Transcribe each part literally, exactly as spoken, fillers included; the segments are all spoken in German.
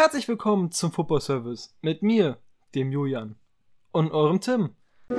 Herzlich willkommen zum Football Service mit mir, dem Julian, und eurem Tim.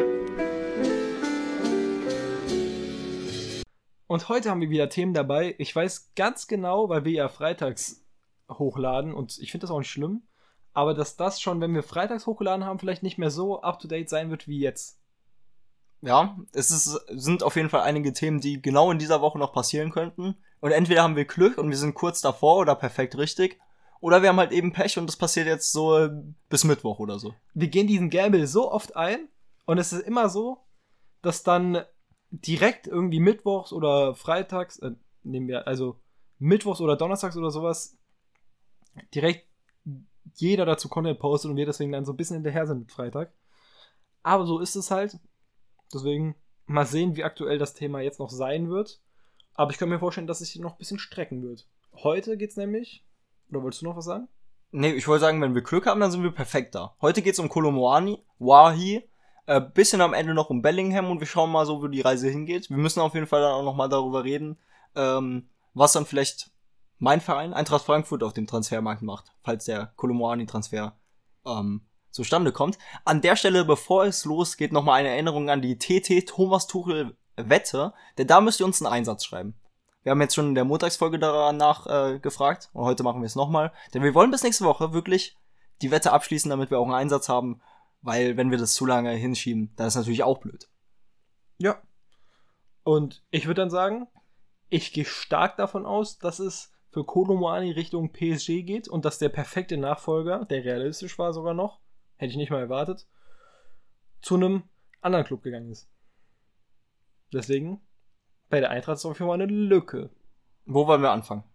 Und heute haben wir wieder Themen dabei. Ich weiß ganz genau, weil wir ja freitags hochladen und ich finde das auch nicht schlimm, aber dass das schon, wenn wir freitags hochgeladen haben, vielleicht nicht mehr so up-to-date sein wird wie jetzt. Ja, es ist, sind auf jeden Fall einige Themen, die genau in dieser Woche noch passieren könnten. Und entweder haben wir Glück und wir sind kurz davor oder perfekt richtig. Oder wir haben halt eben Pech und das passiert jetzt so äh, bis Mittwoch oder so. Wir gehen diesen Gamble so oft ein und es ist immer so, dass dann direkt irgendwie mittwochs oder freitags, äh, nehmen wir, also mittwochs oder donnerstags oder sowas, direkt jeder dazu Content postet und wir deswegen dann so ein bisschen hinterher sind mit Freitag. Aber so ist es halt. Deswegen mal sehen, wie aktuell das Thema jetzt noch sein wird. Aber ich kann mir vorstellen, dass es sich noch ein bisschen strecken wird. Heute geht's nämlich... Oder wolltest du noch was sagen? Nee, ich wollte sagen, wenn wir Glück haben, dann sind wir perfekt da. Heute geht's um Kolo Muani, Wahi, äh, bisschen am Ende noch um Bellingham und wir schauen mal so, wo die Reise hingeht. Wir müssen auf jeden Fall dann auch nochmal darüber reden, ähm, was dann vielleicht mein Verein, Eintracht Frankfurt, auf dem Transfermarkt macht, falls der Kolo Muani-Transfer ähm, zustande kommt. An der Stelle, bevor es losgeht, nochmal eine Erinnerung an die T T Thomas Tuchel Wette, denn da müsst ihr uns einen Einsatz schreiben. Wir haben jetzt schon in der Montagsfolge danach äh, gefragt und heute machen wir es nochmal. Denn wir wollen bis nächste Woche wirklich die Wette abschließen, damit wir auch einen Einsatz haben, weil wenn wir das zu lange hinschieben, dann ist natürlich auch blöd. Ja. Und ich würde dann sagen, ich gehe stark davon aus, dass es für Kolo Muani Richtung P S G geht und dass der perfekte Nachfolger, der realistisch war sogar noch, hätte ich nicht mal erwartet, zu einem anderen Club gegangen ist. Deswegen... Bei der Eintracht ist auf jeden Fall eine Lücke. Wo wollen wir anfangen?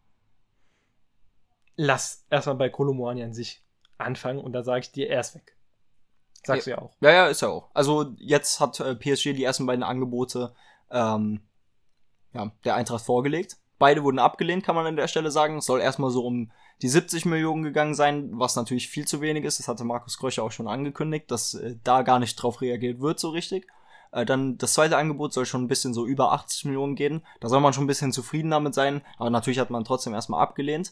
Lass erstmal bei Kolo Muani an sich anfangen und da sage ich dir, er ist weg. Sagst ja. du ja auch. Ja, ja, ist ja auch. Also jetzt hat äh, P S G die ersten beiden Angebote ähm, ja, der Eintracht vorgelegt. Beide wurden abgelehnt, kann man an der Stelle sagen. Es soll erstmal so um die siebzig Millionen gegangen sein, was natürlich viel zu wenig ist. Das hatte Markus Kröcher auch schon angekündigt, dass äh, da gar nicht drauf reagiert wird so richtig. Dann das zweite Angebot soll schon ein bisschen so über achtzig Millionen gehen. Da soll man schon ein bisschen zufrieden damit sein. Aber natürlich hat man trotzdem erstmal abgelehnt.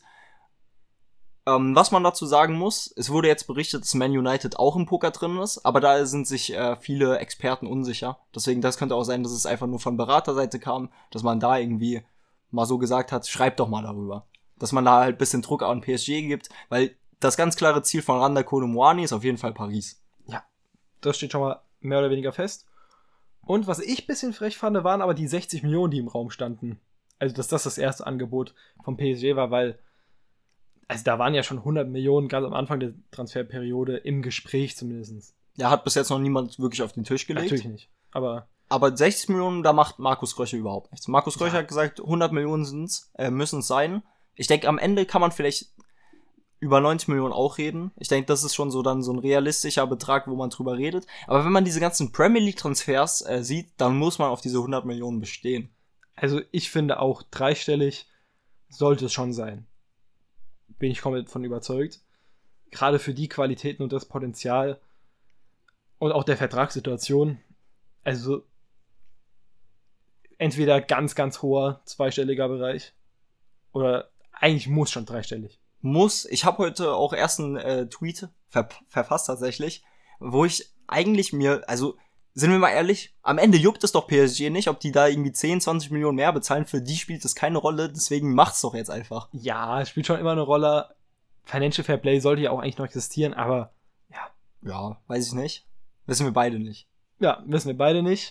Ähm, was man dazu sagen muss, es wurde jetzt berichtet, dass Man United auch im Poker drin ist. Aber da sind sich äh, viele Experten unsicher. Deswegen, das könnte auch sein, dass es einfach nur von Beraterseite kam. Dass man da irgendwie mal so gesagt hat, schreibt doch mal darüber. Dass man da halt ein bisschen Druck an P S G gibt. Weil das ganz klare Ziel von Randa Kolo Muani ist auf jeden Fall Paris. Ja, das steht schon mal mehr oder weniger fest. Und was ich ein bisschen frech fand, waren aber die sechzig Millionen, die im Raum standen. Also, dass das das erste Angebot vom P S G war, weil, also da waren ja schon hundert Millionen ganz am Anfang der Transferperiode im Gespräch zumindest. Ja, hat bis jetzt noch niemand wirklich auf den Tisch gelegt. Natürlich nicht, aber... Aber sechzig Millionen, da macht Markus Kröcher überhaupt nichts. Markus Kröcher ja. hat gesagt, hundert Millionen sind's, äh, müssen es sein. Ich denke, am Ende kann man vielleicht über neunzig Millionen auch reden. Ich denke, das ist schon so dann so ein realistischer Betrag, wo man drüber redet. Aber wenn man diese ganzen Premier League Transfers äh, sieht, dann muss man auf diese hundert Millionen bestehen. Also ich finde auch dreistellig sollte es schon sein. Bin ich komplett von überzeugt. Gerade für die Qualitäten und das Potenzial und auch der Vertragssituation. Also entweder ganz, ganz hoher zweistelliger Bereich oder eigentlich muss schon dreistellig. Muss. Ich habe heute auch erst einen äh, Tweet ver- verfasst tatsächlich, wo ich eigentlich mir, also sind wir mal ehrlich, am Ende juckt es doch P S G nicht, ob die da irgendwie zehn, zwanzig Millionen mehr bezahlen, für die spielt das keine Rolle, deswegen macht's doch jetzt einfach. Ja, es spielt schon immer eine Rolle. Financial Fair Play sollte ja auch eigentlich noch existieren, aber ja. Ja, weiß ich nicht. Wissen wir beide nicht. Ja, wissen wir beide nicht.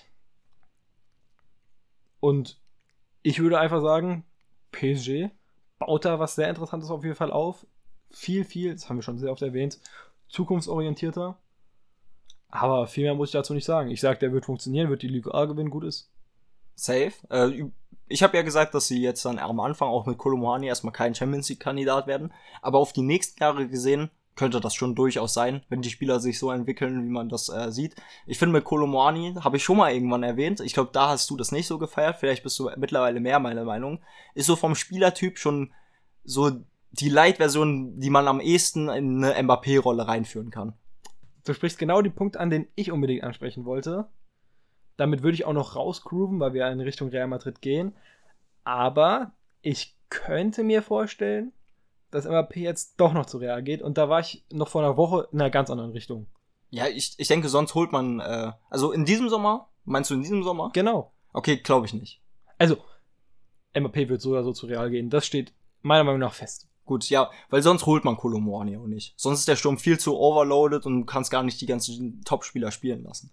Und ich würde einfach sagen, P S G baut da was sehr Interessantes auf jeden Fall auf. Viel, viel, das haben wir schon sehr oft erwähnt, zukunftsorientierter. Aber viel mehr muss ich dazu nicht sagen. Ich sage, der wird funktionieren, wird die Liga A gewinnen, gut ist. Safe. Äh, ich habe ja gesagt, dass sie jetzt dann am Anfang auch mit Kolo Muani erstmal kein Champions League-Kandidat werden. Aber auf die nächsten Jahre gesehen könnte das schon durchaus sein, wenn die Spieler sich so entwickeln, wie man das äh, sieht. Ich finde, mit Kolo Muani habe ich schon mal irgendwann erwähnt. Ich glaube, da hast du das nicht so gefeiert. Vielleicht bist du mittlerweile mehr meiner Meinung. Ist so vom Spielertyp schon so die Light-Version, die man am ehesten in eine Mbappé-Rolle reinführen kann. Du sprichst genau den Punkt an, den ich unbedingt ansprechen wollte. Damit würde ich auch noch rausgrooven, weil wir in Richtung Real Madrid gehen. Aber ich könnte mir vorstellen, dass Mbappé jetzt doch noch zu Real geht. Und da war ich noch vor einer Woche in einer ganz anderen Richtung. Ja, ich, ich denke, sonst holt man, äh, also in diesem Sommer, meinst du in diesem Sommer? Genau. Okay, glaube ich nicht. Also, Mbappé wird so oder so zu Real gehen. Das steht meiner Meinung nach fest. Gut, ja, weil sonst holt man Kolo Muani auch nicht. Sonst ist der Sturm viel zu overloaded und du kannst gar nicht die ganzen Top-Spieler spielen lassen.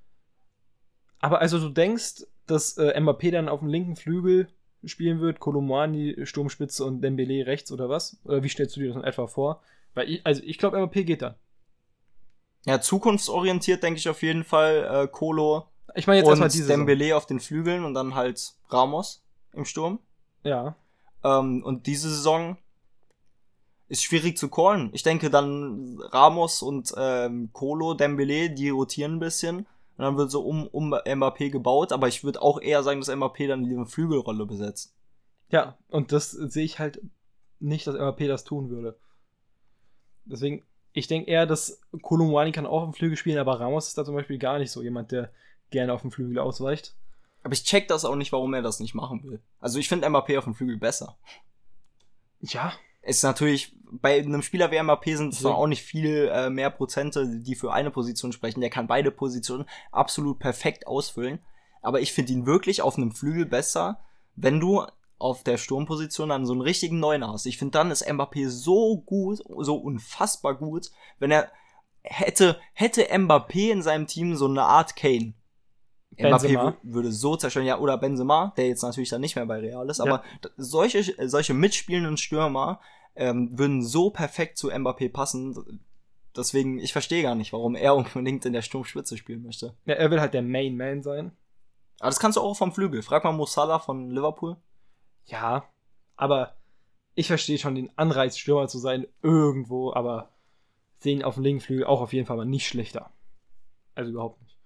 Aber also du denkst, dass äh, Mbappé dann auf dem linken Flügel spielen wird, Kolo Muani Sturmspitze und Dembélé rechts oder was? Oder wie stellst du dir das in etwa vor? Weil ich, also ich glaube, Mbappé geht dann. Ja, zukunftsorientiert denke ich auf jeden Fall äh, Kolo ich meine jetzt und erstmal diese Dembélé auf den Flügeln und dann halt Ramos im Sturm. Ja. Ähm, und diese Saison ist schwierig zu callen. Ich denke dann Ramos und ähm, Kolo, Dembélé, die rotieren ein bisschen. Und dann wird so um, um Mbappé gebaut. Aber ich würde auch eher sagen, dass Mbappé dann die Flügelrolle besetzt. Ja, und das sehe ich halt nicht, dass Mbappé das tun würde. Deswegen, ich denke eher, dass Kolo Muani kann auch auf dem Flügel spielen, aber Ramos ist da zum Beispiel gar nicht so jemand, der gerne auf dem Flügel ausweicht. Aber ich check das auch nicht, warum er das nicht machen will. Also ich finde Mbappé auf dem Flügel besser. Ja. Ist natürlich, bei einem Spieler wie Mbappé sind es dann auch nicht viel äh, mehr Prozente, die für eine Position sprechen. Der kann beide Positionen absolut perfekt ausfüllen. Aber ich finde ihn wirklich auf einem Flügel besser, wenn du auf der Sturmposition dann so einen richtigen Neuner hast. Ich finde, dann ist Mbappé so gut, so unfassbar gut, wenn er hätte, hätte Mbappé in seinem Team so eine Art Kane. Benzema. Mbappé w- würde so zerstören, ja, oder Benzema, der jetzt natürlich dann nicht mehr bei Real ist, Ja. aber d- solche, solche mitspielenden Stürmer ähm, würden so perfekt zu Mbappé passen. Deswegen, ich verstehe gar nicht, warum er unbedingt in der Sturmspitze spielen möchte. Ja, er will halt der Main Man sein. Aber das kannst du auch vom Flügel. Frag mal Mo Salah von Liverpool. Ja, aber ich verstehe schon den Anreiz, Stürmer zu sein, irgendwo, aber sehen auf dem linken Flügel auch auf jeden Fall mal nicht schlechter. Also überhaupt nicht.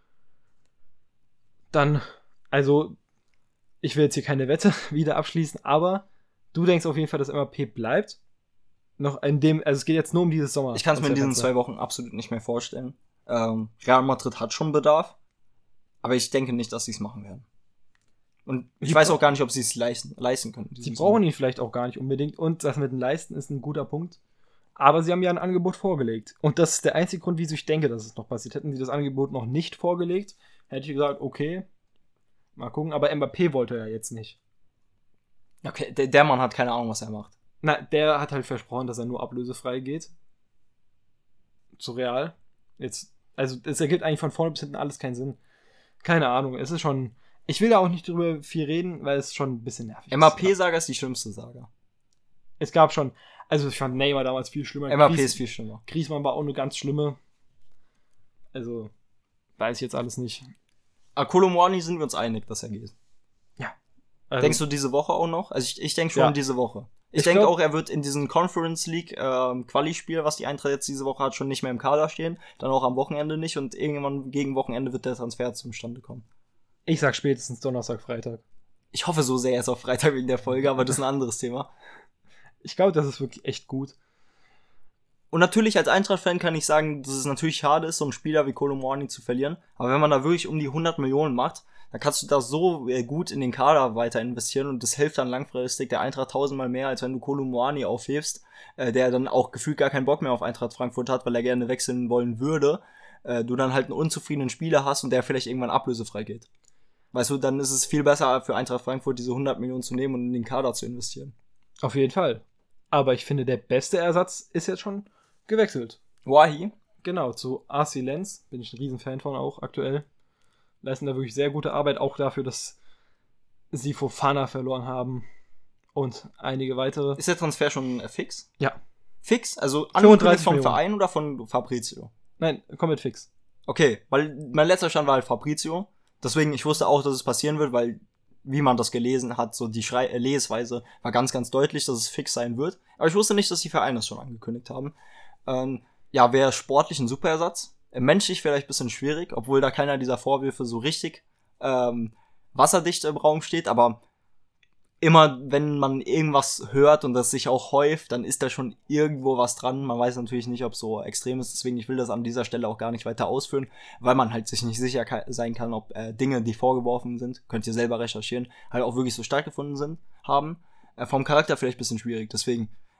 Dann, also, ich will jetzt hier keine Wette wieder abschließen, aber du denkst auf jeden Fall, dass Mbappé bleibt. Noch in dem, also es geht jetzt nur um dieses Sommer. Ich kann es mir in diesen zwei Wochen absolut nicht mehr vorstellen. Ähm, Real Madrid hat schon Bedarf, aber ich denke nicht, dass sie es machen werden. Und ich Sie weiß bra- auch gar nicht, ob sie es leisten, leisten können. Sie brauchen ihn vielleicht auch gar nicht unbedingt und das mit dem Leisten ist ein guter Punkt. Aber sie haben ja ein Angebot vorgelegt. Und das ist der einzige Grund, wieso ich denke, dass es noch passiert. Hätten sie das Angebot noch nicht vorgelegt, hätte ich gesagt, okay, mal gucken. Aber Mbappé wollte ja jetzt nicht. Okay, der, der Mann hat keine Ahnung, was er macht. Na, der hat halt versprochen, dass er nur ablösefrei geht. Zu Real. Jetzt, also es ergibt eigentlich von vorne bis hinten alles keinen Sinn. Keine Ahnung, es ist schon... Ich will da auch nicht drüber viel reden, weil es schon ein bisschen nervig ist. Mbappé-Saga ist die schlimmste Saga. Es gab schon... Also ich fand Neymar damals viel schlimmer. Mbappé Gries- ist viel schlimmer. Griezmann war auch eine ganz schlimme. Also, weiß ich jetzt alles nicht. Aber Kolo Muani sind wir uns einig, dass er geht. Also, Denkst du diese Woche auch noch? Also ich, ich denke schon Ja. diese Woche. Ich, Ich denke glaub- auch, er wird in diesem Conference League ähm, Quali-Spiel, was die Eintracht jetzt diese Woche hat, schon nicht mehr im Kader stehen. Dann auch am Wochenende nicht und irgendwann gegen Wochenende wird der Transfer zustande kommen. ich sag spätestens Donnerstag, Freitag. Ich hoffe so sehr jetzt auf Freitag wegen der Folge, aber das ist ein anderes Thema. Ich glaube, das ist wirklich echt gut. Und natürlich als Eintracht-Fan kann ich sagen, dass es natürlich schade ist, so einen Spieler wie Kolo Muani zu verlieren. Aber wenn man da wirklich um die hundert Millionen macht, dann kannst du da so äh, gut in den Kader weiter investieren und das hilft dann langfristig der Eintracht tausendmal mehr, als wenn du Kolo Muani aufhebst, äh, der dann auch gefühlt gar keinen Bock mehr auf Eintracht Frankfurt hat, weil er gerne wechseln wollen würde. Äh, du dann halt einen unzufriedenen Spieler hast und der vielleicht irgendwann ablösefrei geht. Weißt du, dann ist es viel besser für Eintracht Frankfurt, diese hundert Millionen zu nehmen und in den Kader zu investieren. Auf jeden Fall. Aber ich finde, der beste Ersatz ist jetzt schon gewechselt. Wahi? Genau, zu R C Lens. Bin ich ein Riesenfan von auch aktuell. Leisten da wirklich sehr gute Arbeit, auch dafür, dass sie Fofana verloren haben. Und einige weitere. Ist der Transfer schon äh, fix? Ja. Fix? Also fünfunddreißig angekündigt vom Millionen. Verein oder von Fabrizio? Nein, komplett fix. Okay, weil mein letzter Stand war halt Fabrizio. Deswegen, ich wusste auch, dass es passieren wird, weil, wie man das gelesen hat, so die Schrei äh, Lesweise war ganz, ganz deutlich, dass es fix sein wird. Aber ich wusste nicht, dass die Vereine es schon angekündigt haben. Ähm, ja, wäre sportlich ein super Ersatz. Äh, menschlich vielleicht ein bisschen schwierig, obwohl da keiner dieser Vorwürfe so richtig ähm, wasserdicht im Raum steht. Aber immer, wenn man irgendwas hört und das sich auch häuft, dann ist da schon irgendwo was dran. Man weiß natürlich nicht, ob es so extrem ist. Deswegen, ich will das an dieser Stelle auch gar nicht weiter ausführen, weil man halt sich nicht sicher ka- sein kann, ob äh, Dinge, die vorgeworfen sind, könnt ihr selber recherchieren, halt auch wirklich so stattgefunden sind, haben. Äh, vom Charakter vielleicht ein bisschen schwierig. Deswegen,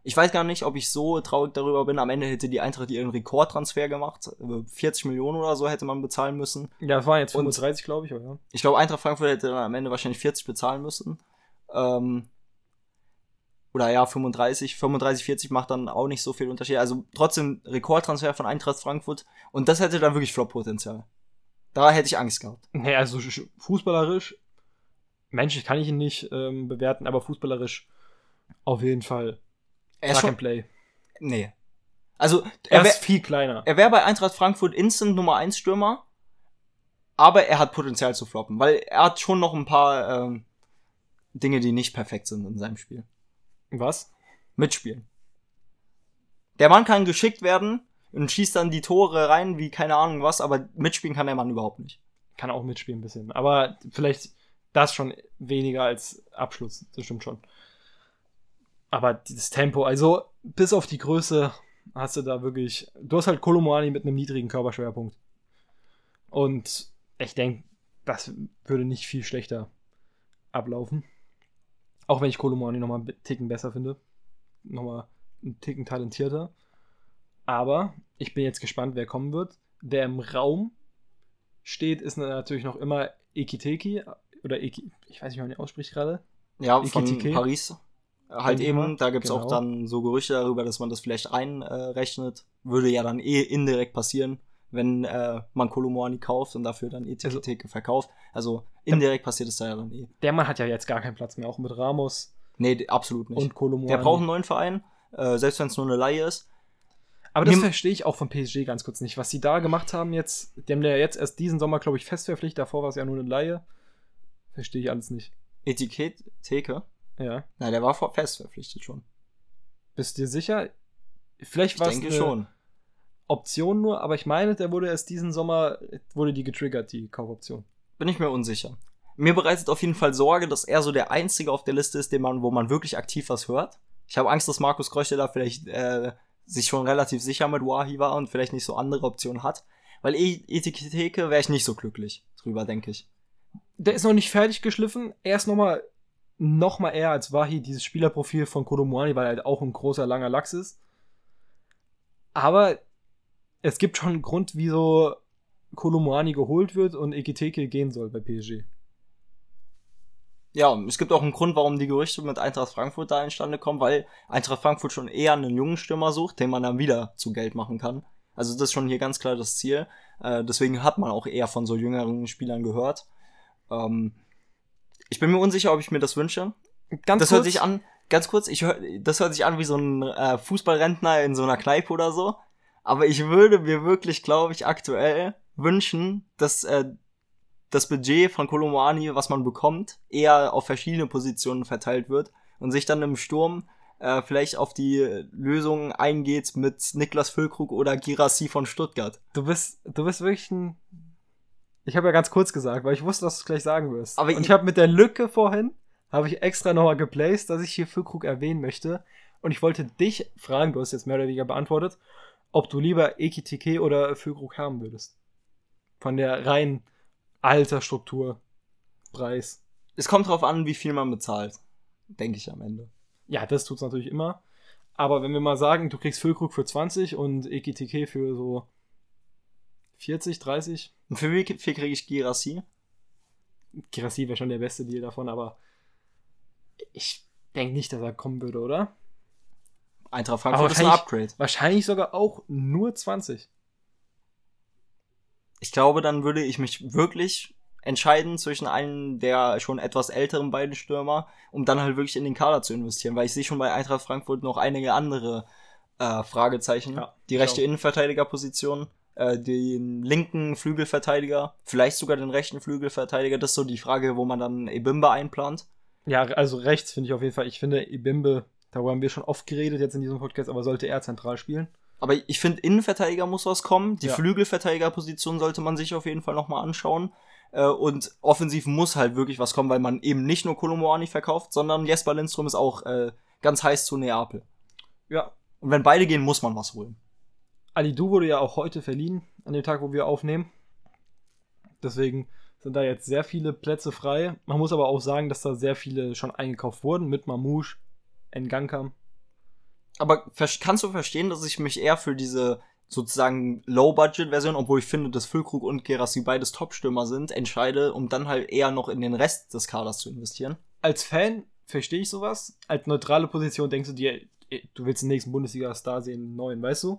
Ich weiß gar nicht, ob ich so traurig darüber bin. Am Ende hätte die Eintracht ihren Rekordtransfer gemacht. vierzig Millionen oder so hätte man bezahlen müssen. Ja, es waren jetzt fünfunddreißig, glaube ich. Oder? Ja. Ich glaube, Eintracht Frankfurt hätte dann am Ende wahrscheinlich vierzig bezahlen müssen. Ähm, oder ja, fünfunddreißig. fünfunddreißig, vierzig macht dann auch nicht so viel Unterschied. Also trotzdem Rekordtransfer von Eintracht Frankfurt. Und das hätte dann wirklich Flop-Potenzial. Da hätte ich Angst gehabt. Nee, also fußballerisch, menschlich kann ich ihn nicht ähm, bewerten, aber fußballerisch auf jeden Fall. Er ist schon, Play. Nee. Also, er, er wär, ist viel kleiner. Er wäre bei Eintracht Frankfurt Instant Nummer eins Stürmer, aber er hat Potenzial zu floppen, weil er hat schon noch ein paar ähm, Dinge, die nicht perfekt sind in seinem Spiel. Was? Mitspielen. Der Mann kann geschickt werden und schießt dann die Tore rein, wie keine Ahnung was, aber mitspielen kann der Mann überhaupt nicht. Kann auch mitspielen ein bisschen, aber vielleicht das schon weniger als Abschluss, das stimmt schon. Aber das Tempo, also bis auf die Größe hast du da wirklich, du hast halt Kolo Muani mit einem niedrigen Körperschwerpunkt. Und ich denke, das würde nicht viel schlechter ablaufen. Auch wenn ich Kolo Muani nochmal einen Ticken besser finde. Nochmal einen Ticken talentierter. Aber ich bin jetzt gespannt, wer kommen wird. Wer im Raum steht, ist natürlich noch immer Ekitike. Oder Eki, ich weiß nicht, wie man den ausspricht gerade. Ja, von Ekitike. Paris. Halt eben, Mal. da gibt's genau. auch dann so Gerüchte darüber, dass man das vielleicht einrechnet. Äh, Würde ja dann eh indirekt passieren, wenn äh, man Kolo Muani kauft und dafür dann Ekitike also, verkauft. Also indirekt der, passiert es da ja dann eh. Der Mann hat ja jetzt gar keinen Platz mehr, auch mit Ramos. Nee, absolut nicht. Und Kolo Muani. Der braucht einen neuen Verein, äh, selbst wenn es nur eine Leihe ist. Aber das Nimm- verstehe ich auch von P S G ganz kurz nicht. Was sie da gemacht haben jetzt, die haben ja jetzt erst diesen Sommer, glaube ich, fest verpflichtet. Davor war es ja nur eine Leihe. Verstehe ich alles nicht. Ekitike? Ja. Na, der war fest verpflichtet schon. Bist du dir sicher? Vielleicht war es eine schon. Option nur, aber ich meine, der wurde erst diesen Sommer, wurde die getriggert, die Kaufoption. Bin ich mir unsicher. Mir bereitet auf jeden Fall Sorge, dass er so der Einzige auf der Liste ist, den man, wo man wirklich aktiv was hört. Ich habe Angst, dass Markus Krösche da vielleicht äh, sich schon relativ sicher mit Wahi war und vielleicht nicht so andere Optionen hat. Weil Ekitike wäre ich nicht so glücklich drüber, denke ich. Der ist noch nicht fertig geschliffen. Er ist nochmal noch mal eher als Wahi dieses Spielerprofil von Kolo Muani, weil er halt auch ein großer, langer Lachs ist. Aber es gibt schon einen Grund, wieso Kolo Muani geholt wird und Ekitike gehen soll bei P S G. Ja, es gibt auch einen Grund, warum die Gerüchte mit Eintracht Frankfurt da instande kommen, weil Eintracht Frankfurt schon eher einen jungen Stürmer sucht, den man dann wieder zu Geld machen kann. Also das ist schon hier ganz klar das Ziel. Äh, deswegen hat man auch eher von so jüngeren Spielern gehört. Ähm, ich bin mir unsicher, ob ich mir das wünsche. Ganz das kurz. hört sich an, ganz kurz, ich hör, das hört sich an wie so ein äh, Fußballrentner in so einer Kneipe oder so. Aber ich würde mir wirklich, glaube ich, aktuell wünschen, dass äh, das Budget von Kolo Muani, was man bekommt, eher auf verschiedene Positionen verteilt wird und sich dann im Sturm äh, vielleicht auf die Lösung eingeht mit Niklas Füllkrug oder Guirassy von Stuttgart. Du bist, du bist wirklich ein... Ich habe ja ganz kurz gesagt, weil ich wusste, dass du es gleich sagen wirst. Aber und ich habe mit der Lücke vorhin, habe ich extra nochmal geplaced, dass ich hier Füllkrug erwähnen möchte. Und ich wollte dich fragen, du hast jetzt mehr oder weniger beantwortet, ob du lieber Ekitike oder Füllkrug haben würdest. Von der reinen Altersstruktur, Preis. Es kommt drauf an, wie viel man bezahlt, denke ich am Ende. Ja, das tut's natürlich immer. Aber wenn wir mal sagen, du kriegst Füllkrug für zwanzig und Ekitike für so vierzig, dreißig. Und für wie viel kriege ich Guirassy? Guirassy wäre schon der beste Deal davon, aber ich denke nicht, dass er kommen würde, oder? Eintracht Frankfurt ist ein Upgrade. Wahrscheinlich sogar auch nur zwanzig. Ich glaube, dann würde ich mich wirklich entscheiden zwischen einem der schon etwas älteren beiden Stürmer, um dann halt wirklich in den Kader zu investieren, weil ich sehe schon bei Eintracht Frankfurt noch einige andere äh, Fragezeichen. Ja, die rechte Innenverteidigerposition, äh, den linken Flügelverteidiger, vielleicht sogar den rechten Flügelverteidiger. Das ist so die Frage, wo man dann Ebimbe einplant. Ja, also rechts finde ich auf jeden Fall. Ich finde Ebimbe, darüber haben wir schon oft geredet jetzt in diesem Podcast, aber sollte er zentral spielen. Aber ich finde, Innenverteidiger muss was kommen. Die ja. Flügelverteidigerposition sollte man sich auf jeden Fall nochmal anschauen. Und offensiv muss halt wirklich was kommen, weil man eben nicht nur Kolo Muani verkauft, sondern Jesper Lindström ist auch äh, ganz heiß zu Neapel. Ja. Und wenn beide gehen, muss man was holen. Alidou wurde ja auch heute verliehen, an dem Tag, wo wir aufnehmen. Deswegen sind da jetzt sehr viele Plätze frei. Man muss aber auch sagen, dass da sehr viele schon eingekauft wurden, mit Mamouche, N'Ganga. Aber kannst du verstehen, dass ich mich eher für diese sozusagen Low-Budget-Version, obwohl ich finde, dass Füllkrug und Guirassy beides Top-Stürmer sind, entscheide, um dann halt eher noch in den Rest des Kaders zu investieren? Als Fan verstehe ich sowas. Als neutrale Position denkst du dir, du willst den nächsten Bundesliga-Star sehen, einen neuen, weißt du?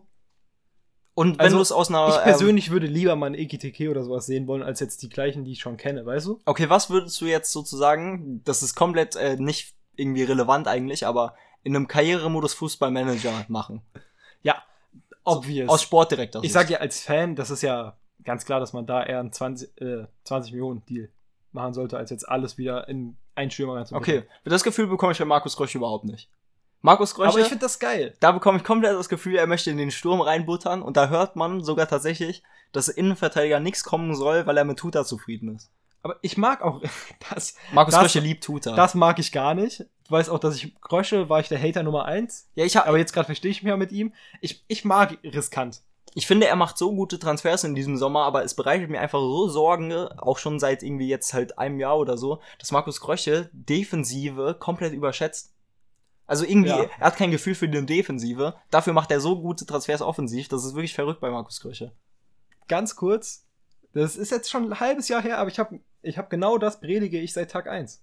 Und wenn also, du es aus einer... Ich persönlich ähm, würde lieber mal einen Ekitike oder sowas sehen wollen, als jetzt die gleichen, die ich schon kenne, weißt du? Okay, was würdest du jetzt sozusagen, das ist komplett äh, nicht irgendwie relevant eigentlich, aber in einem Karrieremodus Fußballmanager machen? Ja, obvious. Aus Sportdirektor. Ich sag ja als Fan, das ist ja ganz klar, dass man da eher einen zwanzig, äh, zwanzig Millionen Deal machen sollte, als jetzt alles wieder in einen Stürmer reinzubringen. Okay, das Gefühl bekomme ich bei Markus Krösche überhaupt nicht. Markus Krösche, aber ich finde das geil. Da bekomme ich komplett das Gefühl, er möchte in den Sturm reinbuttern und da hört man sogar tatsächlich, dass Innenverteidiger nichts kommen soll, weil er mit Tuta zufrieden ist. Aber ich mag auch das. Markus das, Krösche liebt Tuta. Das mag ich gar nicht. Du weißt auch, dass ich Krösche war ich der Hater Nummer eins. Ja, ich hab, aber jetzt gerade verstehe ich mich ja mit ihm. Ich, ich mag riskant. Ich finde, er macht so gute Transfers in diesem Sommer, aber es bereitet mir einfach so Sorgen, auch schon seit irgendwie jetzt halt einem Jahr oder so, dass Markus Krösche Defensive komplett überschätzt. Also irgendwie, ja. Er hat kein Gefühl für die Defensive. Dafür macht er so gute Transfers offensiv. Das ist wirklich verrückt bei Markus Krösche. Ganz kurz. Das ist jetzt schon ein halbes Jahr her, aber ich habe ich hab genau das predige ich seit Tag eins.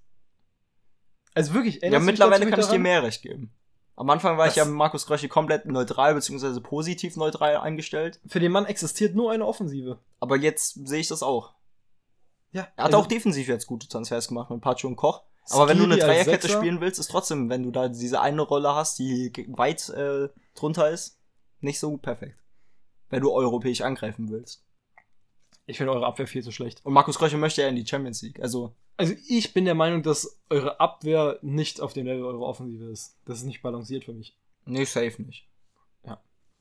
Also wirklich. Ja, mittlerweile kann ich dir mehr recht geben. Am Anfang war das ich ja mit Markus Krösche komplett neutral bzw. positiv neutral eingestellt. Für den Mann existiert nur eine Offensive. Aber jetzt sehe ich das auch. Ja. Er hat also auch defensiv jetzt gute Transfers gemacht mit Pacho und Koch. Aber wenn du eine Dreierkette spielen willst, ist trotzdem, wenn du da diese eine Rolle hast, die weit äh, drunter ist, nicht so perfekt. Wenn du europäisch angreifen willst. Ich finde eure Abwehr viel zu schlecht. Und Markus Krösche möchte ja in die Champions League. Also, also ich bin der Meinung, dass eure Abwehr nicht auf dem Level eurer Offensive ist. Das ist nicht balanciert für mich. Nee, safe nicht. Ja.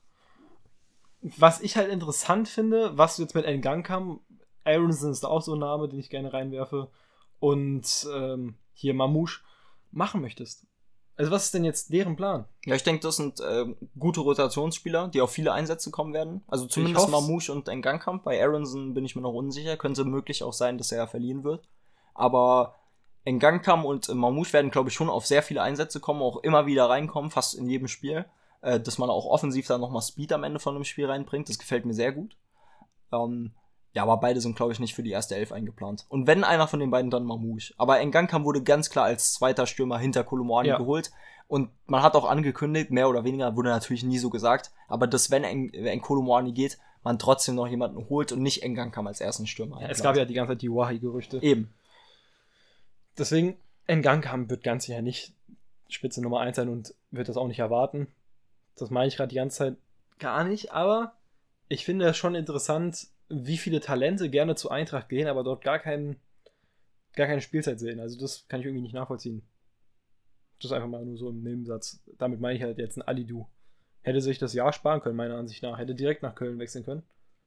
Was ich halt interessant finde, was jetzt mit N'Gang kam, Aronson ist auch so ein Name, den ich gerne reinwerfe. Und ähm, hier Mamouche machen möchtest. Also was ist denn jetzt deren Plan? Ja, ich denke, das sind äh, gute Rotationsspieler, die auf viele Einsätze kommen werden. Also zumindest Mamouche und N'Gangkamp. Bei Aronson bin ich mir noch unsicher. Könnte möglich auch sein, dass er verliehen wird. Aber N'Gangkamp und äh, Mamouche werden, glaube ich, schon auf sehr viele Einsätze kommen, auch immer wieder reinkommen, fast in jedem Spiel. Äh, dass man auch offensiv dann nochmal Speed am Ende von einem Spiel reinbringt. Das gefällt mir sehr gut. Ähm, Ja, aber beide sind, glaube ich, nicht für die erste Elf eingeplant. Und wenn einer von den beiden, dann Mamouche. Aber N'Gangkamp wurde ganz klar als zweiter Stürmer hinter Kolo Muani ja. geholt. Und man hat auch angekündigt, mehr oder weniger, wurde natürlich nie so gesagt, aber dass, wenn N'Kolo Muani geht, man trotzdem noch jemanden holt und nicht N'Gangkamp als ersten Stürmer. Ja, es gab ja die ganze Zeit die Wahi-Gerüchte. Eben. Deswegen, N'Gangkamp wird ganz sicher nicht Spitze Nummer eins sein und wird das auch nicht erwarten. Das meine ich gerade die ganze Zeit gar nicht, aber ich finde es schon interessant, wie viele Talente gerne zu Eintracht gehen, aber dort gar, kein, gar keine Spielzeit sehen. Also das kann ich irgendwie nicht nachvollziehen. Das ist einfach mal nur so im Nebensatz. Damit meine ich halt jetzt ein Alidu. Hätte sich das Jahr sparen können, meiner Ansicht nach. Hätte direkt nach Köln wechseln können.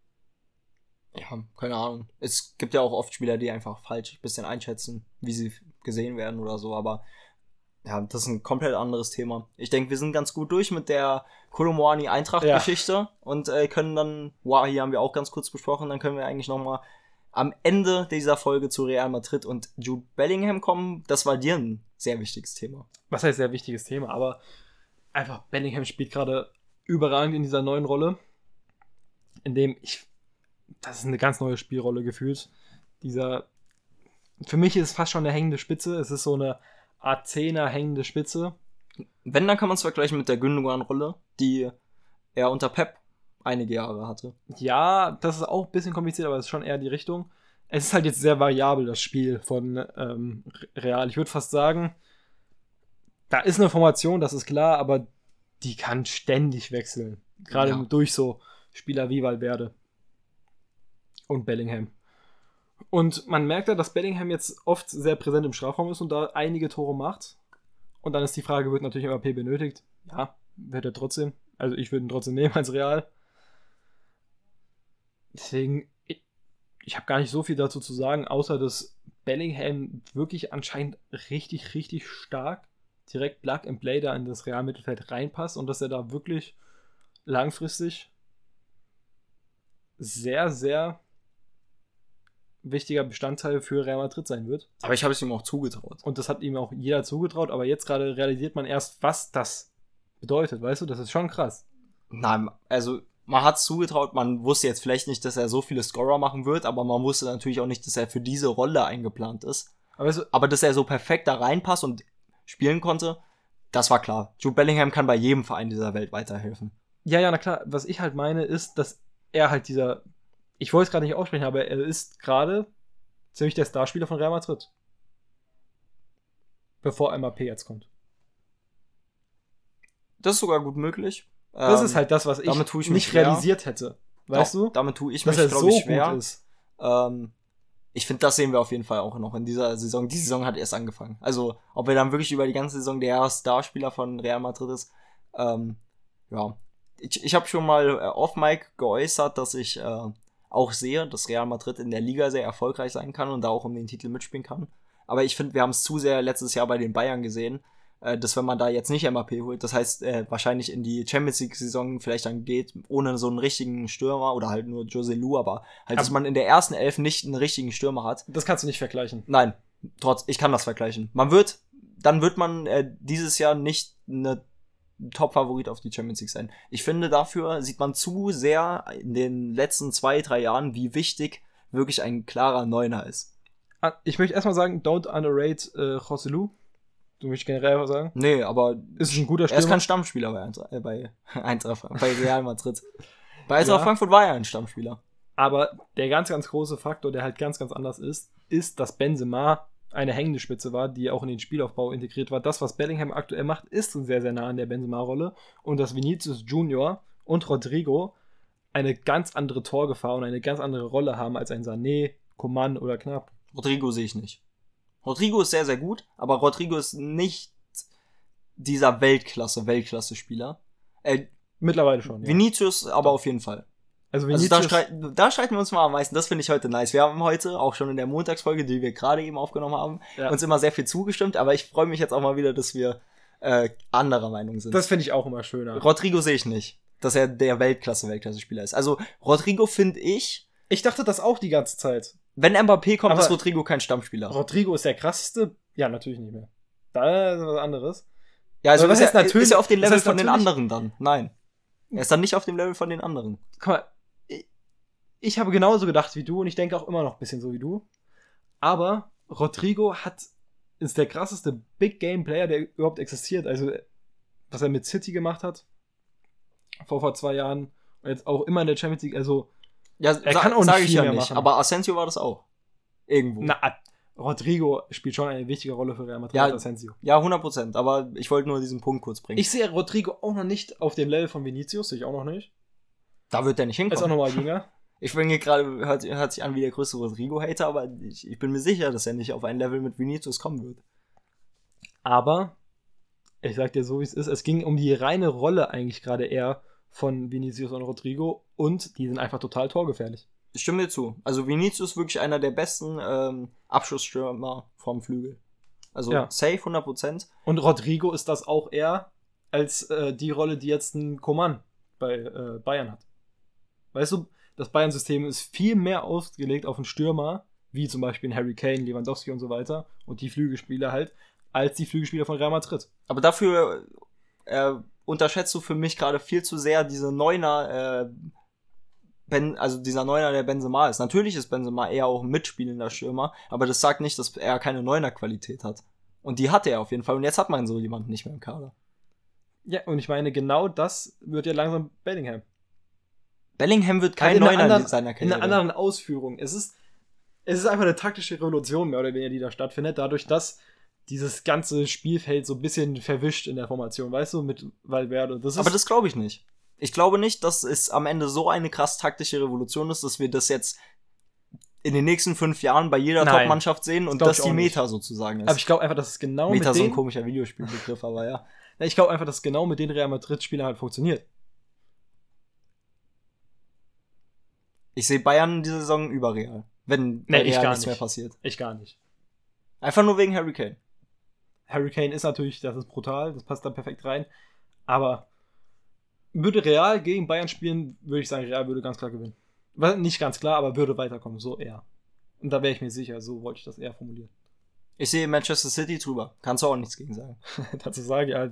Ja, keine Ahnung. Es gibt ja auch oft Spieler, die einfach falsch ein bisschen einschätzen, wie sie gesehen werden oder so, aber ja, das ist ein komplett anderes Thema. Ich denke, wir sind ganz gut durch mit der Kolo Muani Eintracht-Geschichte ja. und äh, können dann, wow, hier haben wir auch ganz kurz besprochen, dann können wir eigentlich nochmal am Ende dieser Folge zu Real Madrid und Jude Bellingham kommen. Das war dir ein sehr wichtiges Thema. Was heißt sehr wichtiges Thema, aber einfach Bellingham spielt gerade überragend in dieser neuen Rolle, in dem ich, das ist eine ganz neue Spielrolle gefühlt. Dieser, für mich ist es fast schon eine hängende Spitze, es ist so eine Art Zehner hängende Spitze. Wenn, dann kann man es vergleichen mit der Gündogan-Rolle, die er unter Pep einige Jahre hatte. Ja, das ist auch ein bisschen kompliziert, aber es ist schon eher die Richtung. Es ist halt jetzt sehr variabel, das Spiel von ähm, Real. Ich würde fast sagen, da ist eine Formation, das ist klar, aber die kann ständig wechseln. Gerade ja. durch so Spieler wie Valverde und Bellingham. Und man merkt ja, dass Bellingham jetzt oft sehr präsent im Strafraum ist und da einige Tore macht. Und dann ist die Frage, wird natürlich M A P benötigt? Ja, wird er trotzdem. Also ich würde ihn trotzdem nehmen als Real. Deswegen, ich, ich habe gar nicht so viel dazu zu sagen, außer dass Bellingham wirklich anscheinend richtig, richtig stark direkt Plug and Play da in das Real-Mittelfeld reinpasst und dass er da wirklich langfristig sehr, sehr wichtiger Bestandteil für Real Madrid sein wird. Aber ich habe es ihm auch zugetraut. Und das hat ihm auch jeder zugetraut, aber jetzt gerade realisiert man erst, was das bedeutet, weißt du? Das ist schon krass. Nein, also man hat es zugetraut, man wusste jetzt vielleicht nicht, dass er so viele Scorer machen wird, aber man wusste natürlich auch nicht, dass er für diese Rolle eingeplant ist. Aber, weißt du, aber dass er so perfekt da reinpasst und spielen konnte, das war klar. Jude Bellingham kann bei jedem Verein dieser Welt weiterhelfen. Ja, ja, na klar. Was ich halt meine, ist, dass er halt dieser, ich wollte es gerade nicht aussprechen, aber er ist gerade ziemlich der Starspieler von Real Madrid. Bevor M A P jetzt kommt. Das ist sogar gut möglich. Das ähm, ist halt das, was ich, ich nicht schwer. realisiert hätte. Weißt Doch, du? Damit tue ich dass mich, er glaube so ich, schwer. gut ist. Ähm, ich finde, das sehen wir auf jeden Fall auch noch in dieser Saison. Die Saison hat erst angefangen. Also, ob er dann wirklich über die ganze Saison der Starspieler von Real Madrid ist, ähm, ja. Ich, ich habe schon mal äh, off-Mic geäußert, dass ich äh, auch sehe, dass Real Madrid in der Liga sehr erfolgreich sein kann und da auch um den Titel mitspielen kann. Aber ich finde, wir haben es zu sehr letztes Jahr bei den Bayern gesehen, äh, dass wenn man da jetzt nicht M A P holt, das heißt äh, wahrscheinlich in die Champions League-Saison vielleicht dann geht, ohne so einen richtigen Stürmer oder halt nur Joselu, aber halt, dass Aber- man in der ersten Elf nicht einen richtigen Stürmer hat. Das kannst du nicht vergleichen. Nein, trotz, ich kann das vergleichen. Man wird, dann wird man äh, dieses Jahr nicht eine Top-Favorit auf die Champions League sein. Ich finde, dafür sieht man zu sehr in den letzten zwei, drei Jahren, wie wichtig wirklich ein klarer Neuner ist. Ah, Ich möchte erstmal sagen, don't underrate äh, Joselu. Du möchtest generell was sagen. Nee, aber Ist ein guter er Stürmer. ist kein Stammspieler bei Eintracht, äh, bei, Eintracht, bei Real Madrid. Bei Eintracht Ja. Frankfurt war er ein Stammspieler. Aber der ganz, ganz große Faktor, der halt ganz, ganz anders ist, ist, dass Benzema eine hängende Spitze war, die auch in den Spielaufbau integriert war. Das, was Bellingham aktuell macht, ist sehr, sehr nah an der Benzema-Rolle. Und dass Vinicius Junior und Rodrigo eine ganz andere Torgefahr und eine ganz andere Rolle haben als ein Sané, Coman oder Knapp. Rodrigo sehe ich nicht. Rodrigo ist sehr, sehr gut, aber Rodrigo ist nicht dieser Weltklasse, Weltklasse-Spieler. Äh, Mittlerweile schon, ja. Vinicius aber auf jeden Fall. Also Also Vinicius, da, streit, da streiten wir uns mal am meisten. Das finde ich heute nice. Wir haben heute, auch schon in der Montagsfolge, die wir gerade eben aufgenommen haben, ja, uns immer sehr viel zugestimmt, aber ich freue mich jetzt auch mal wieder, dass wir äh, anderer Meinung sind. das finde ich auch immer schöner. Rodrigo sehe ich nicht, dass er der Weltklasse-Weltklasse-Spieler ist. Also Rodrigo finde ich, Ich dachte das auch die ganze Zeit. wenn Mbappé kommt, Aber ist Rodrigo kein Stammspieler. Rodrigo ist der krasseste? Ja, natürlich nicht mehr. Da ist was anderes. Ja, also Aber was ist, heißt er, natürlich- ist er auf dem das Level heißt von den natürlich- anderen dann? Nein. Er ist dann nicht auf dem Level von den anderen. Guck mal, ich, ich habe genauso gedacht wie du und ich denke auch immer noch ein bisschen so wie du. Aber Rodrigo hat, ist der krasseste Big Game Player, der überhaupt existiert. Also, was er mit City gemacht hat, vor, vor zwei Jahren und jetzt auch immer in der Champions League. Also, Ja, Er sa- kann auch nicht sag ich viel ja mehr nicht. machen. Aber Asensio war das auch. Irgendwo. na, Rodrigo spielt schon eine wichtige Rolle für Real Madrid Ja, als Asensio. Ja, hundert Prozent. Aber ich wollte nur diesen Punkt kurz bringen. Ich sehe Rodrigo auch noch nicht auf dem Level von Vinicius, sehe ich auch noch nicht. da wird der nicht Er ist auch hinkommen. nochmal jünger. Ich bin hier gerade, hört, hört sich an wie der größte Rodrigo-Hater, aber ich, ich bin mir sicher, dass er nicht auf ein Level mit Vinicius kommen wird. Aber, ich sag dir so, wie es ist, es ging um die reine Rolle eigentlich gerade eher von Vinicius und Rodrigo und die sind einfach total torgefährlich. Ich stimme dir zu. Also Vinicius ist wirklich einer der besten ähm, Abschussstürmer vom Flügel. Also Ja. safe, hundert Prozent. Und Rodrigo ist das auch eher als äh, die Rolle, die jetzt ein Coman bei äh, Bayern hat. Weißt du, das Bayern-System ist viel mehr ausgelegt auf einen Stürmer, wie zum Beispiel ein Harry Kane, Lewandowski und so weiter und die Flügelspieler halt, als die Flügelspieler von Real Madrid. Aber dafür äh, unterschätzt du für mich gerade viel zu sehr diese Neuner, äh, ben, also dieser Neuner, der Benzema ist. Natürlich ist Benzema eher auch ein mitspielender Stürmer, aber das sagt nicht, dass er keine Neuner-Qualität hat. Und die hatte er auf jeden Fall. Und jetzt hat man so jemanden nicht mehr im Kader. Ja, und ich meine, genau das wird ja langsam Bellingham. Bellingham wird kein Halt in einer Neuner anderen- in seiner In Karriere. einer anderen Ausführung. Es ist, es ist einfach eine taktische Revolution, mehr oder weniger, die da stattfindet, dadurch, dass dieses ganze Spielfeld so ein bisschen verwischt in der Formation, weißt du, mit Valverde. Das ist, Aber das glaube ich nicht. Ich glaube nicht, dass es am Ende so eine krass taktische Revolution ist, dass wir das jetzt in den nächsten fünf Jahren bei jeder Nein, Top-Mannschaft sehen und glaub das ich die auch nicht. Meta sozusagen ist. aber ich glaube einfach, dass es genau Meta mit so ein den, komischer Videospielbegriff, aber ja. Na, ich glaube einfach, dass es genau mit den Real Madrid-Spielern halt funktioniert. Ich sehe Bayern diese Saison über Real. Wenn Nee, bei ich Real gar nichts nicht. mehr passiert. Ich gar nicht. Einfach nur wegen Harry Kane. Harry Kane ist natürlich, das ist brutal, das passt da perfekt rein. Aber würde Real gegen Bayern spielen, würde ich sagen, Real würde ganz klar gewinnen. Weil, nicht ganz klar, aber würde weiterkommen, so eher. Und da wäre ich mir sicher, so wollte ich das eher formulieren. Ich sehe Manchester City drüber. Kannst du auch nichts gegen sagen. Dazu sage ich, ja,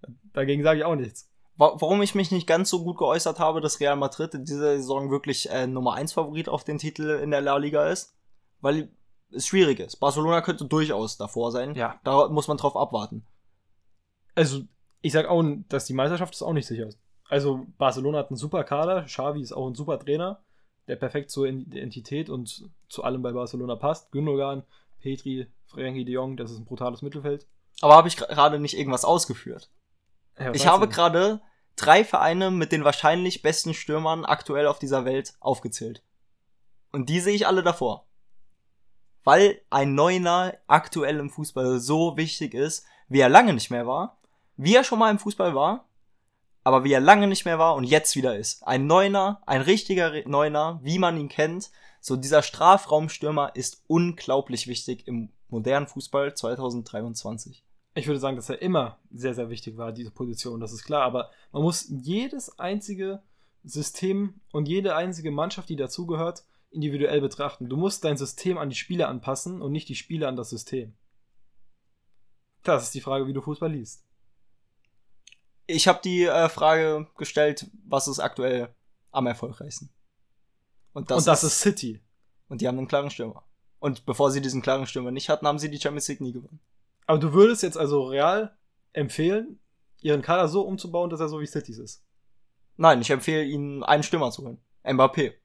Dagegen sage ich auch nichts. Warum ich mich nicht ganz so gut geäußert habe, dass Real Madrid in dieser Saison wirklich äh, Nummer eins Favorit auf den Titel in der La Liga ist, weil es schwierig ist. Barcelona könnte durchaus davor sein. Ja. Da muss man drauf abwarten. Also, ich sag auch, dass die Meisterschaft ist auch nicht sicher ist. Also, Barcelona hat einen super Kader, Xavi ist auch ein super Trainer, der perfekt zur Identität und zu allem bei Barcelona passt. Gündogan, Pedri, Frenkie de Jong, das ist ein brutales Mittelfeld. Aber habe ich gerade nicht irgendwas ausgeführt? Ja, ich habe gerade drei Vereine mit den wahrscheinlich besten Stürmern aktuell auf dieser Welt aufgezählt. Und die sehe ich alle davor. Weil ein Neuner aktuell im Fußball so wichtig ist, wie er lange nicht mehr war, wie er schon mal im Fußball war, aber wie er lange nicht mehr war und jetzt wieder ist. Ein Neuner, ein richtiger Neuner, wie man ihn kennt. So dieser Strafraumstürmer ist unglaublich wichtig im modernen Fußball zwanzig dreiundzwanzig. Ich würde sagen, dass er immer sehr, sehr wichtig war, diese Position, das ist klar. Aber man muss jedes einzige System und jede einzige Mannschaft, die dazugehört, individuell betrachten. Du musst dein System an die Spieler anpassen und nicht die Spieler an das System. Das ist die Frage, wie du Fußball liest. Ich habe die äh, Frage gestellt, was ist aktuell am erfolgreichsten? Und das, und das ist, ist City. Und die haben einen klaren Stürmer. Und bevor sie diesen klaren Stürmer nicht hatten, haben sie die Champions League nie gewonnen. Aber du würdest jetzt also Real empfehlen, ihren Kader so umzubauen, dass er so wie Citys ist? Nein, ich empfehle ihnen, einen Stürmer zu holen. Mbappé.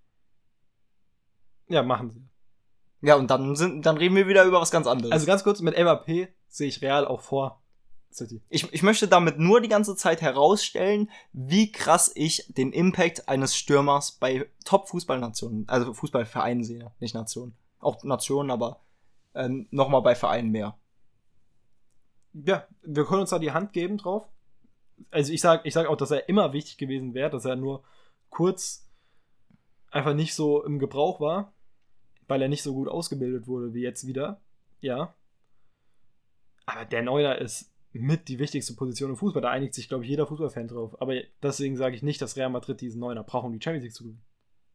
Ja, machen sie. Ja, und dann sind, dann reden wir wieder über was ganz anderes. Also ganz kurz, mit Mbappé sehe ich Real auch vor City. Ich, ich möchte damit nur die ganze Zeit herausstellen, wie krass ich den Impact eines Stürmers bei Top-Fußballnationen, also Fußballvereinen sehe, nicht Nationen. Auch Nationen, aber äh, nochmal bei Vereinen mehr. Ja, wir können uns da die Hand geben drauf. Also ich sag, ich sag auch, dass er immer wichtig gewesen wäre, dass er nur kurz einfach nicht so im Gebrauch war, weil er nicht so gut ausgebildet wurde wie jetzt wieder. Ja. Aber der Neuner ist mit die wichtigste Position im Fußball. Da einigt sich, glaube ich, jeder Fußballfan drauf. Aber deswegen sage ich nicht, dass Real Madrid diesen Neuner braucht, um die Champions League zu gewinnen.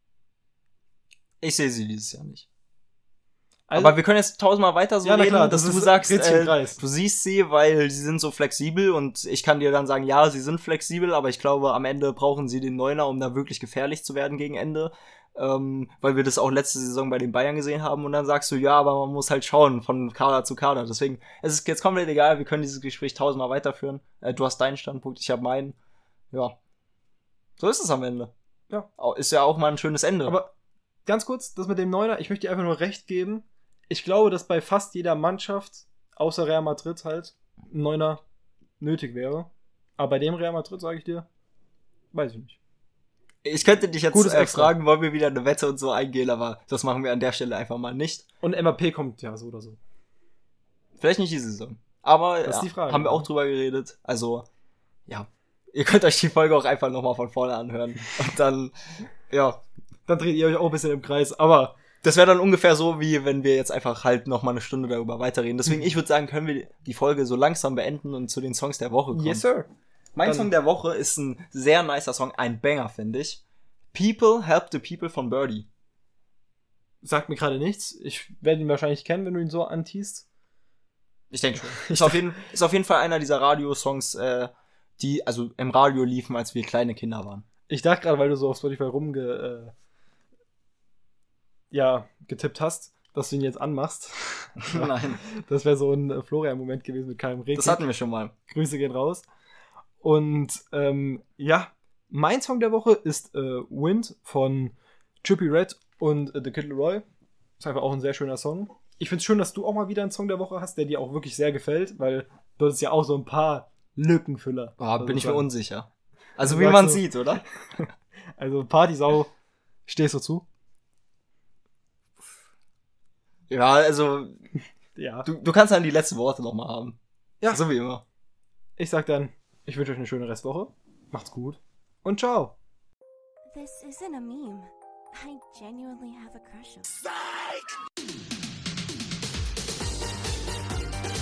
Ich sehe sie dieses Jahr nicht. Also, aber wir können jetzt tausendmal weiter so ja, reden, klar, dass das du sagst, äh, Kreis. du siehst sie, weil sie sind so flexibel und ich kann dir dann sagen, ja, sie sind flexibel, aber ich glaube, am Ende brauchen sie den Neuner, um da wirklich gefährlich zu werden gegen Ende, ähm, weil wir das auch letzte Saison bei den Bayern gesehen haben und dann sagst du, ja, aber man muss halt schauen von Kader zu Kader, deswegen, es ist jetzt komplett egal, wir können dieses Gespräch tausendmal weiterführen, äh, du hast deinen Standpunkt, ich habe meinen, ja, so ist es am Ende. Ja. Ist ja auch mal ein schönes Ende. Aber ganz kurz, das mit dem Neuner, ich möchte dir einfach nur recht geben. Ich glaube, dass bei fast jeder Mannschaft, außer Real Madrid halt, ein Neuner nötig wäre. Aber bei dem Real Madrid, sage ich dir, weiß ich nicht. Ich könnte dich jetzt äh, fragen, wollen wir wieder eine Wette und so eingehen, aber das machen wir an der Stelle einfach mal nicht. Und Mbappé kommt ja so oder so. Vielleicht nicht diese Saison. Aber das ist die Frage, haben wir auch drüber geredet. Also, ja. Ihr könnt euch die Folge auch einfach nochmal von vorne anhören. Und dann, ja. Dann dreht ihr euch auch ein bisschen im Kreis, aber das wäre dann ungefähr so, wie wenn wir jetzt einfach halt noch mal eine Stunde darüber weiterreden. Deswegen, ich würde sagen, können wir die Folge so langsam beenden und zu den Songs der Woche kommen. Yes, sir. Mein dann Song der Woche ist ein sehr nicer Song, ein Banger, finde ich. People Help the People von Birdie. Sagt mir gerade nichts. Ich werde ihn wahrscheinlich kennen, wenn du ihn so antiest. Ich denke schon. Ist auf, jeden, ist auf jeden Fall einer dieser Radiosongs, äh, die also im Radio liefen, als wir kleine Kinder waren. Ich dachte gerade, weil du so auf Spotify rumge... Äh ja, getippt hast, dass du ihn jetzt anmachst. Nein. Das wäre so ein Florian-Moment gewesen mit keinem Regen. Das hatten wir schon mal. Grüße gehen raus. Und ähm, ja, mein Song der Woche ist äh, Wind von Trippie Redd und äh, The Kid Laroi. Ist einfach auch ein sehr schöner Song. Ich finde es schön, dass du auch mal wieder einen Song der Woche hast, der dir auch wirklich sehr gefällt, weil du hast ja auch so ein paar Lückenfüller. Ah, bin ich mir unsicher. Also du wie man so, sieht, oder? Also Partysau, stehst du zu? Ja, also, ja. Du, du kannst dann die letzten Worte nochmal haben. Ja. So wie immer. Ich sag dann, ich wünsche euch eine schöne Restwoche. Macht's gut. Und ciao. This isn't a meme. I genuinely have a crush on